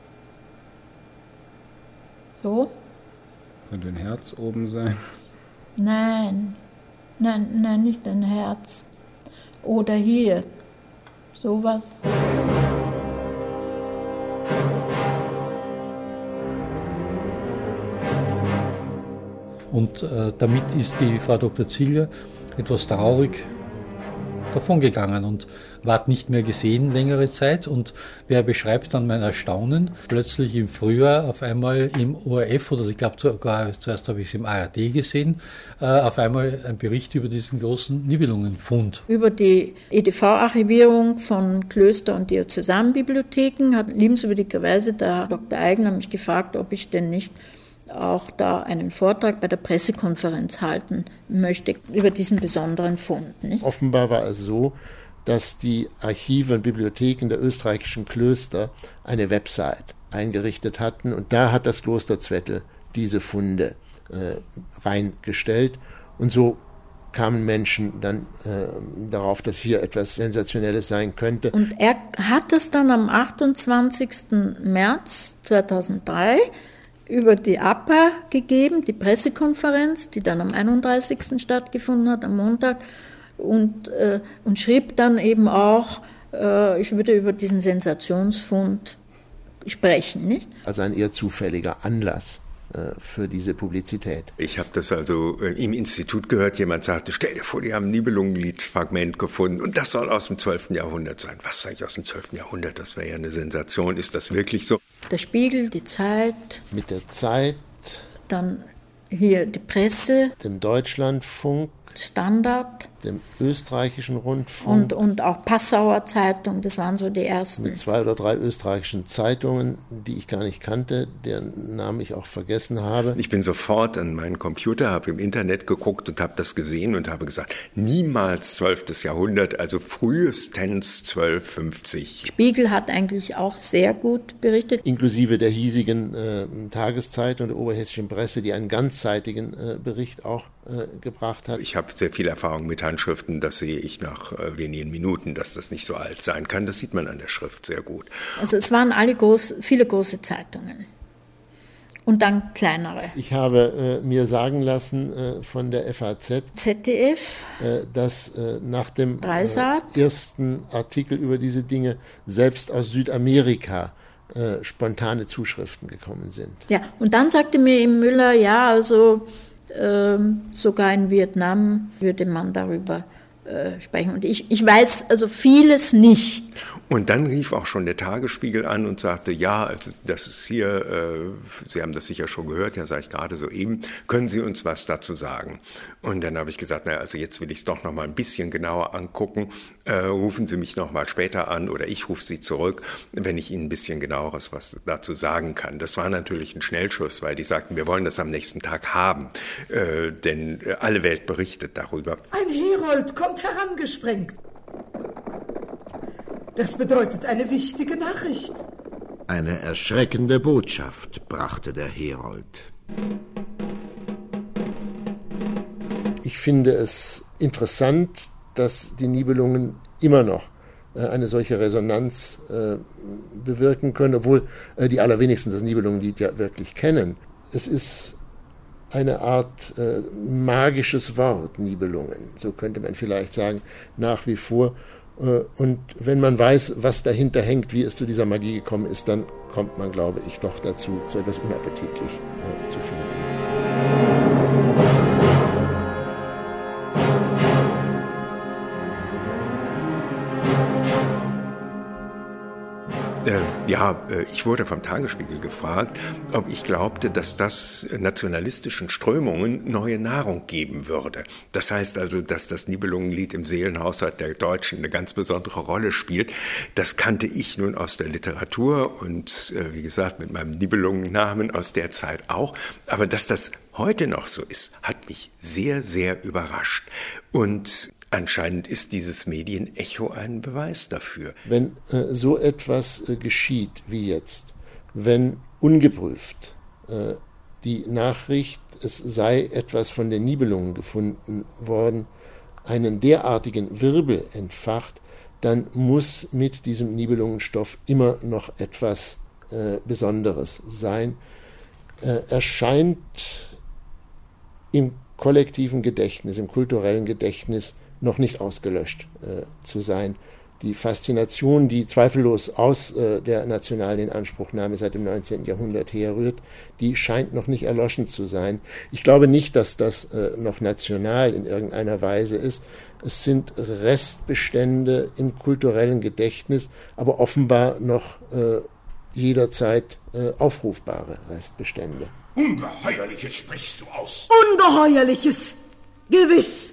So? Könnte ein Herz oben sein? Nein. Nein, nein, nicht ein Herz. Oder hier. Sowas. Und äh, damit ist die Frau Doktor Ziegler etwas traurig davongegangen und ward nicht mehr gesehen längere Zeit. Und wer beschreibt dann mein Erstaunen? Plötzlich im Frühjahr auf einmal im O R F, oder ich glaube sogar zuerst habe ich es im A R D gesehen, äh, auf einmal ein Bericht über diesen großen Nibelungenfund. Über die E D V-Archivierung von Klöster- und Diözesanbibliotheken hat liebenswürdigerweise der Doktor Eigner mich gefragt, ob ich denn nicht auch da einen Vortrag bei der Pressekonferenz halten möchte über diesen besonderen Fund. Nicht? Offenbar war es so, dass die Archive und Bibliotheken der österreichischen Klöster eine Website eingerichtet hatten, und da hat das Kloster Zwettl diese Funde äh, reingestellt, und so kamen Menschen dann äh, darauf, dass hier etwas Sensationelles sein könnte. Und er hat es dann am achtundzwanzigsten März zweitausenddrei über die A P A gegeben, die Pressekonferenz, die dann am einunddreißigsten stattgefunden hat, am Montag, und, äh, und schrieb dann eben auch, äh, ich würde über diesen Sensationsfund sprechen, nicht? Also ein eher zufälliger Anlass äh, für diese Publizität. Ich habe das also äh, im Institut gehört, jemand sagte, stell dir vor, die haben ein Nibelungenlied-Fragment gefunden und das soll aus dem zwölften Jahrhundert sein. Was sage ich aus dem zwölften Jahrhundert? Das wäre ja eine Sensation. Ist das wirklich so? Der Spiegel, die Zeit. Mit der Zeit. Dann hier die Presse. Dem Deutschlandfunk. Standard. Dem österreichischen Rundfunk. Und, und auch Passauer Zeitung, das waren so die ersten. Mit zwei oder drei österreichischen Zeitungen, die ich gar nicht kannte, deren Namen ich auch vergessen habe. Ich bin sofort an meinen Computer, habe im Internet geguckt und habe das gesehen und habe gesagt, niemals zwölftes Jahrhundert, also frühestens zwölfhundertfünfzig. Spiegel hat eigentlich auch sehr gut berichtet. Inklusive der hiesigen äh, Tageszeitung, der Oberhessischen Presse, die einen ganzseitigen äh, Bericht auch äh, gebracht hat. Ich habe sehr viel Erfahrung mit Handschriften, das sehe ich nach äh, wenigen Minuten, dass das nicht so alt sein kann. Das sieht man an der Schrift sehr gut. Also es waren alle groß, viele große Zeitungen. Und dann kleinere. Ich habe äh, mir sagen lassen äh, von der F A Z, Z D F, äh, dass äh, nach dem äh, Dreisat. ersten Artikel über diese Dinge selbst aus Südamerika äh, spontane Zuschriften gekommen sind. Ja, und dann sagte mir eben Müller, ja, also äh, sogar in Vietnam würde man darüber äh, sprechen. Und ich, ich weiß also vieles nicht. Und dann rief auch schon der Tagesspiegel an und sagte, ja, also das ist hier, äh, Sie haben das sicher schon gehört, ja, sage ich gerade soeben, können Sie uns was dazu sagen? Und dann habe ich gesagt, na, also jetzt will ich es doch noch mal ein bisschen genauer angucken. Äh, rufen Sie mich noch mal später an oder ich rufe Sie zurück, wenn ich Ihnen ein bisschen genaueres was dazu sagen kann. Das war natürlich ein Schnellschuss, weil die sagten, wir wollen das am nächsten Tag haben, äh, denn alle Welt berichtet darüber. Ein Herold kommt herangesprengt. Das bedeutet eine wichtige Nachricht. Eine erschreckende Botschaft brachte der Herold. Ich finde es interessant, dass die Nibelungen immer noch äh, eine solche Resonanz äh, bewirken können, obwohl äh, die allerwenigsten das Nibelungenlied ja wirklich kennen. Es ist eine Art äh, magisches Wort, Nibelungen, so könnte man vielleicht sagen, nach wie vor. Und wenn man weiß, was dahinter hängt, wie es zu dieser Magie gekommen ist, dann kommt man, glaube ich, doch dazu, so etwas unappetitlich äh, zu finden. Äh, ja, äh, ich wurde vom Tagesspiegel gefragt, ob ich glaubte, dass das nationalistischen Strömungen neue Nahrung geben würde. Das heißt also, dass das Nibelungenlied im Seelenhaushalt der Deutschen eine ganz besondere Rolle spielt. Das kannte ich nun aus der Literatur und äh, wie gesagt mit meinem Nibelungennamen aus der Zeit auch. Aber dass das heute noch so ist, hat mich sehr, sehr überrascht. Und anscheinend ist dieses Medienecho ein Beweis dafür. Wenn äh, so etwas äh, geschieht wie jetzt, wenn ungeprüft äh, die Nachricht, es sei etwas von den Nibelungen gefunden worden, einen derartigen Wirbel entfacht, dann muss mit diesem Nibelungenstoff immer noch etwas äh, Besonderes sein. Äh, er scheint im kollektiven Gedächtnis, im kulturellen Gedächtnis noch nicht ausgelöscht äh, zu sein. Die Faszination, die zweifellos aus äh, der nationalen Inanspruchnahme seit dem neunzehnten Jahrhundert herrührt, die scheint noch nicht erloschen zu sein. Ich glaube nicht, dass das äh, noch national in irgendeiner Weise ist. Es sind Restbestände im kulturellen Gedächtnis, aber offenbar noch äh, jederzeit äh, aufrufbare Restbestände. Ungeheuerliches sprichst du aus. Ungeheuerliches, gewiss,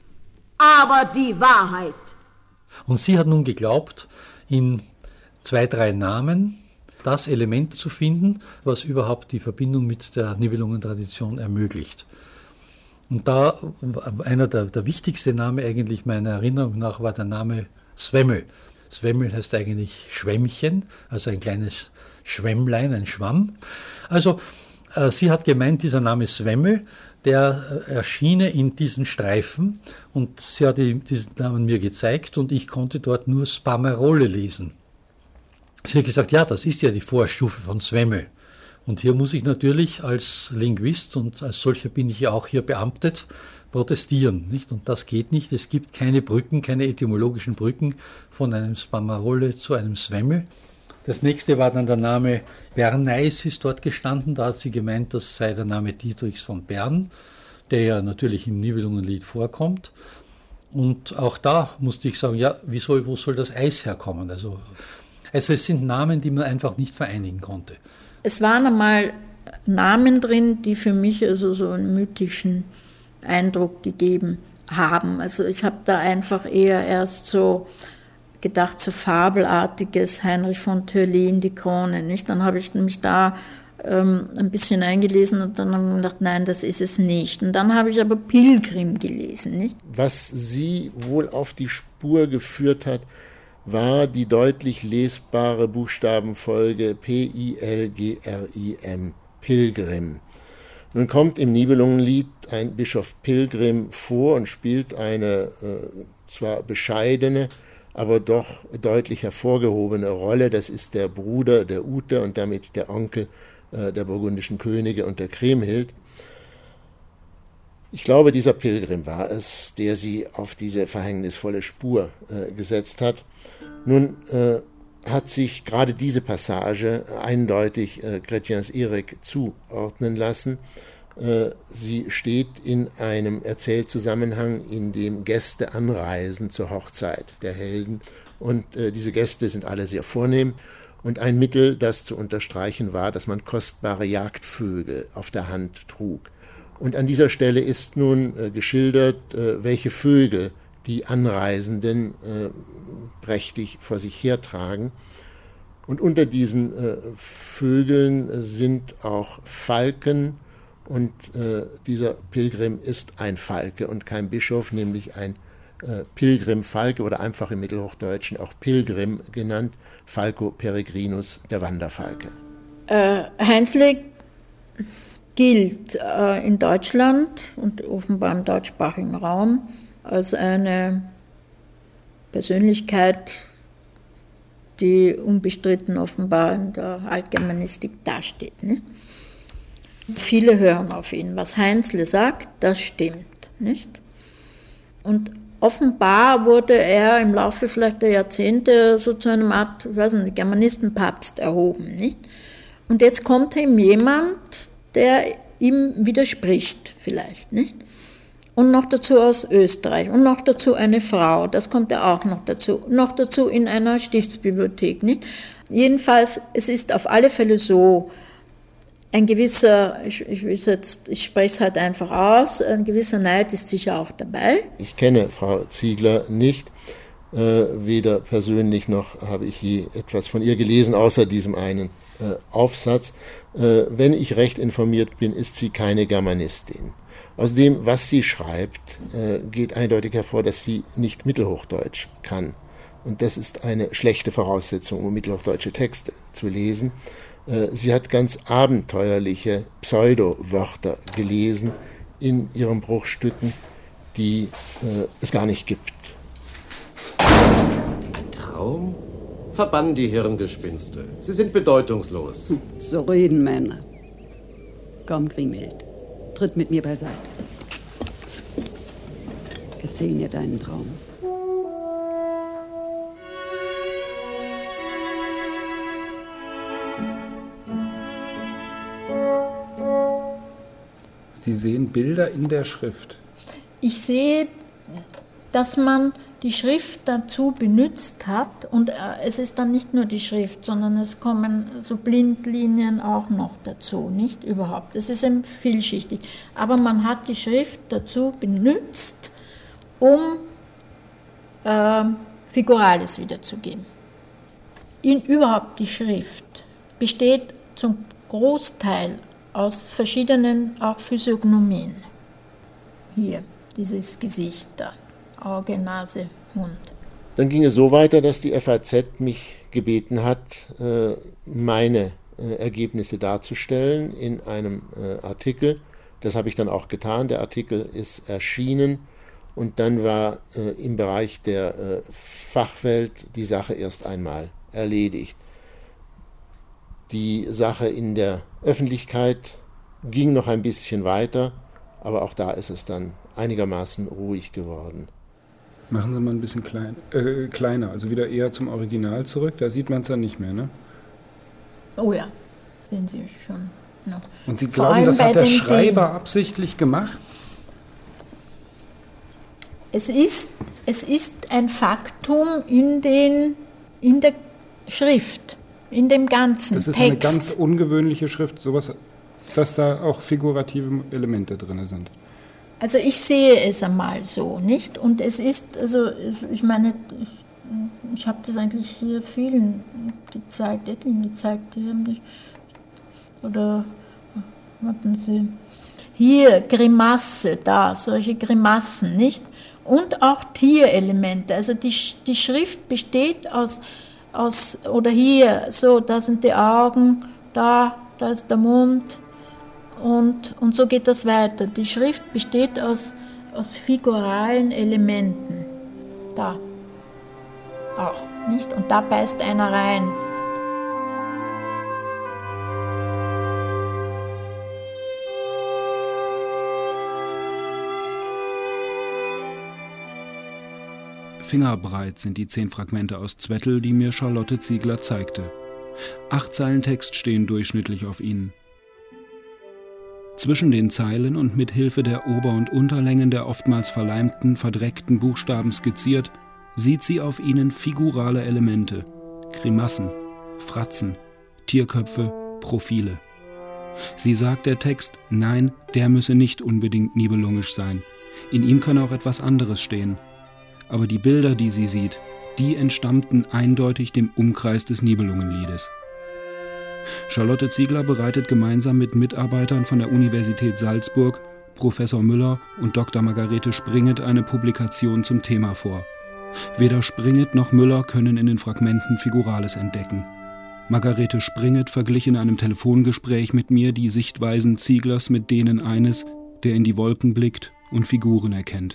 aber die Wahrheit. Und sie hat nun geglaubt, in zwei, drei Namen das Element zu finden, was überhaupt die Verbindung mit der Nibelungentradition ermöglicht. Und da einer der, der wichtigste Name eigentlich meiner Erinnerung nach war der Name Svemmel. Svemmel heißt eigentlich Schwämmchen, also ein kleines Schwämmlein, ein Schwamm. Also äh, sie hat gemeint, dieser Name Svemmel, der äh, erschiene in diesen Streifen und sie hat diesen Namen mir gezeigt und ich konnte dort nur Spamerole lesen. Sie hat gesagt, ja, das ist ja die Vorstufe von Svemmel. Und hier muss ich natürlich als Linguist und als solcher bin ich ja auch hier beamtet, protestieren, nicht? Und das geht nicht. Es gibt keine Brücken, keine etymologischen Brücken von einem Spamerole zu einem Svemmel. Das nächste war dann der Name Berneis ist dort gestanden. Da hat sie gemeint, das sei der Name Dietrichs von Bern, der ja natürlich im Nibelungenlied vorkommt. Und auch da musste ich sagen, ja, wie soll, wo soll das Eis herkommen? Also, also es sind Namen, die man einfach nicht vereinigen konnte. Es waren einmal Namen drin, die für mich also so einen mythischen Eindruck gegeben haben. Also ich habe da einfach eher erst so gedacht, so fabelartiges Heinrich von Thürlin, die Krone, nicht? Dann habe ich mich da ähm, ein bisschen eingelesen und dann habe ich gedacht, nein, das ist es nicht. Und dann habe ich aber Pilgrim gelesen, nicht? Was sie wohl auf die Spur geführt hat, war die deutlich lesbare Buchstabenfolge P I L G R I M, Pilgrim. Nun kommt im Nibelungenlied ein Bischof Pilgrim vor und spielt eine äh, zwar bescheidene, aber doch deutlich hervorgehobene Rolle. Das ist der Bruder der Ute und damit der Onkel äh, der burgundischen Könige und der Kriemhild. Ich glaube, dieser Pilgrim war es, der sie auf diese verhängnisvolle Spur äh, gesetzt hat. Nun äh, hat sich gerade diese Passage eindeutig äh, Chrétiens Irek zuordnen lassen. Äh, sie steht in einem Erzählzusammenhang, in dem Gäste anreisen zur Hochzeit der Helden. Und äh, diese Gäste sind alle sehr vornehm. Und ein Mittel, das zu unterstreichen war, dass man kostbare Jagdvögel auf der Hand trug. Und an dieser Stelle ist nun äh, geschildert, äh, welche Vögel die Anreisenden äh, prächtig vor sich hertragen. Und unter diesen äh, Vögeln sind auch Falken, und äh, dieser Pilgrim ist ein Falke und kein Bischof, nämlich ein äh, Pilgrim-Falke oder einfach im Mittelhochdeutschen auch Pilgrim genannt, Falco peregrinus, der Wanderfalke. Äh, Heinzle gilt äh, in Deutschland und offenbar im deutschsprachigen Raum als eine Persönlichkeit, die unbestritten offenbar in der Altgermanistik dasteht. Nicht? Viele hören auf ihn. Was Heinzle sagt, das stimmt. Nicht? Und offenbar wurde er im Laufe vielleicht der Jahrzehnte so zu einer Art, ich weiß nicht, Germanistenpapst erhoben. Nicht? Und jetzt kommt ihm jemand, der ihm widerspricht vielleicht, nicht? Und noch dazu aus Österreich und noch dazu eine Frau, das kommt ja auch noch dazu, noch dazu in einer Stiftsbibliothek, nicht? Jedenfalls, es ist auf alle Fälle so, ein gewisser, ich, ich, jetzt, ich spreche es halt einfach aus, ein gewisser Neid ist sicher auch dabei. Ich kenne Frau Ziegler nicht, äh, weder persönlich noch habe ich je etwas von ihr gelesen, außer diesem einen äh, Aufsatz. Äh, wenn ich recht informiert bin, ist sie keine Germanistin. Aus dem, was sie schreibt, äh, geht eindeutig hervor, dass sie nicht Mittelhochdeutsch kann. Und das ist eine schlechte Voraussetzung, um mittelhochdeutsche Texte zu lesen. Äh, sie hat ganz abenteuerliche Pseudowörter gelesen in ihren Bruchstücken, die äh, es gar nicht gibt. Ein Traum? Verbannen die Hirngespinste. Sie sind bedeutungslos. So reden Männer. Komm, Kriemhild, tritt mit mir beiseite. Erzähl mir deinen Traum. Sie sehen Bilder in der Schrift. Ich sehe, dass man die Schrift dazu benutzt hat, und es ist dann nicht nur die Schrift, sondern es kommen so Blindlinien auch noch dazu, nicht überhaupt. Es ist eben vielschichtig. Aber man hat die Schrift dazu benutzt, um äh, Figurales wiederzugeben. In, überhaupt die Schrift besteht zum Großteil aus verschiedenen auch Physiognomien. Hier, dieses Gesicht da. Auge, Nase, Mund. Dann ging es so weiter, dass die F A Z mich gebeten hat, meine Ergebnisse darzustellen in einem Artikel. Das habe ich dann auch getan. Der Artikel ist erschienen und dann war im Bereich der Fachwelt die Sache erst einmal erledigt. Die Sache in der Öffentlichkeit ging noch ein bisschen weiter, aber auch da ist es dann einigermaßen ruhig geworden. Machen Sie mal ein bisschen klein, äh, kleiner, also wieder eher zum Original zurück, da sieht man es dann nicht mehr, ne? Oh ja, sehen Sie schon noch. Und Sie glauben, das hat der Schreiber absichtlich gemacht? Es ist, es ist ein Faktum in, den, in der Schrift, in dem ganzen Text. Das ist eine ganz ungewöhnliche Schrift, sowas, dass da auch figurative Elemente drin sind. Also ich sehe es einmal so, nicht? Und es ist, also ich meine, ich, ich habe das eigentlich hier vielen gezeigt, etlichen gezeigt, die haben das, oder warten Sie, hier Grimasse, da, solche Grimassen, nicht? Und auch Tierelemente, also die, die Schrift besteht aus, aus, oder hier, so, da sind die Augen, da, da ist der Mund. Und, und so geht das weiter. Die Schrift besteht aus, aus figuralen Elementen. Da. Auch, nicht? Und da beißt einer rein. Fingerbreit sind die zehn Fragmente aus Zwettl, die mir Charlotte Ziegler zeigte. Acht Zeilen Text stehen durchschnittlich auf ihnen. Zwischen den Zeilen und mit Hilfe der Ober- und Unterlängen der oftmals verleimten, verdreckten Buchstaben skizziert, sieht sie auf ihnen figurale Elemente, Grimassen, Fratzen, Tierköpfe, Profile. Sie sagt der Text, nein, der müsse nicht unbedingt nibelungisch sein. In ihm könne auch etwas anderes stehen. Aber die Bilder, die sie sieht, die entstammten eindeutig dem Umkreis des Nibelungenliedes. Charlotte Ziegler bereitet gemeinsam mit Mitarbeitern von der Universität Salzburg, Professor Müller und Doktor Margarete Springet eine Publikation zum Thema vor. Weder Springet noch Müller können in den Fragmenten Figurales entdecken. Margarete Springet verglich in einem Telefongespräch mit mir die Sichtweisen Zieglers mit denen eines, der in die Wolken blickt und Figuren erkennt.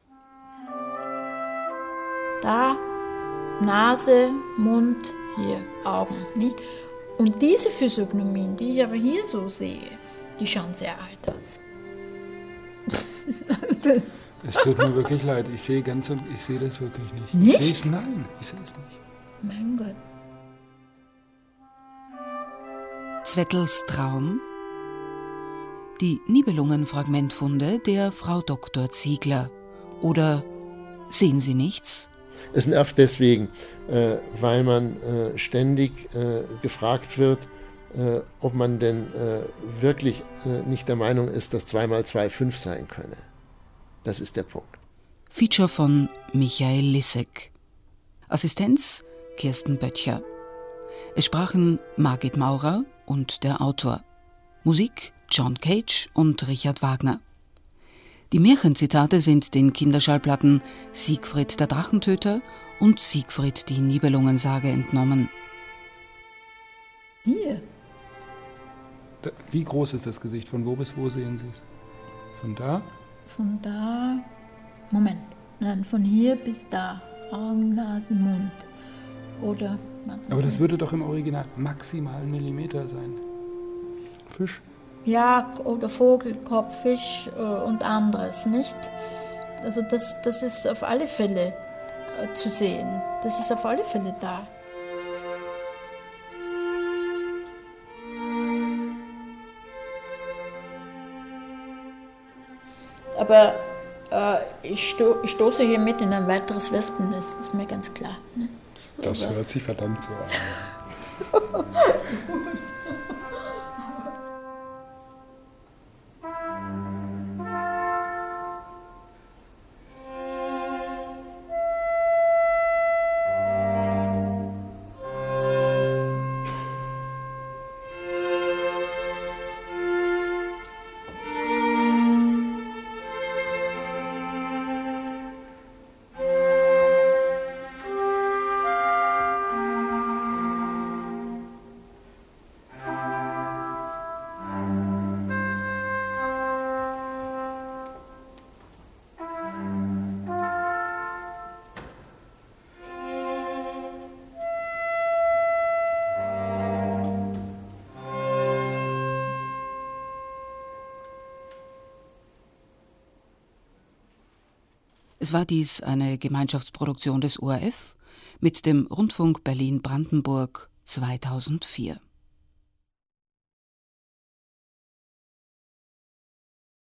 Da, Nase, Mund, hier, Augen, nicht? Und diese Physiognomien, die ich aber hier so sehe, die schauen sehr alt aus. Es tut mir wirklich leid, ich sehe ganz und ich sehe das wirklich nicht. Nicht? Ich sehe es, nein, ich sehe es nicht. Mein Gott. Zwettls Traum? Die Nibelungen-Fragmentfunde der Frau Doktor Ziegler. Oder sehen Sie nichts? Es nervt deswegen, äh, weil man äh, ständig äh, gefragt wird, äh, ob man denn äh, wirklich äh, nicht der Meinung ist, dass zwei mal zwei fünf sein könne. Das ist der Punkt. Feature von Michael Lissek. Assistenz Kirsten Böttcher. Es sprachen Margit Maurer und der Autor. Musik John Cage und Richard Wagner. Die Märchenzitate sind den Kinderschallplatten Siegfried der Drachentöter und Siegfried die Nibelungensage entnommen. Hier. Da, wie groß ist das Gesicht? Von wo bis wo sehen Sie es? Von da? Von da, Moment, nein, von hier bis da, Augen, Nase, Mund. Oder... Aber das würde doch im Original maximal ein Millimeter sein. Fisch? Ja, oder Vogel, Kopf, Fisch äh, und anderes, nicht? Also das, das ist auf alle Fälle äh, zu sehen. Das ist auf alle Fälle da. Aber äh, ich, sto ich stoße hier mit in ein weiteres Wespennest, ist mir ganz klar. Ne? Das hört sich verdammt so an. Es war dies eine Gemeinschaftsproduktion des O R F mit dem Rundfunk Berlin-Brandenburg zweitausendvier.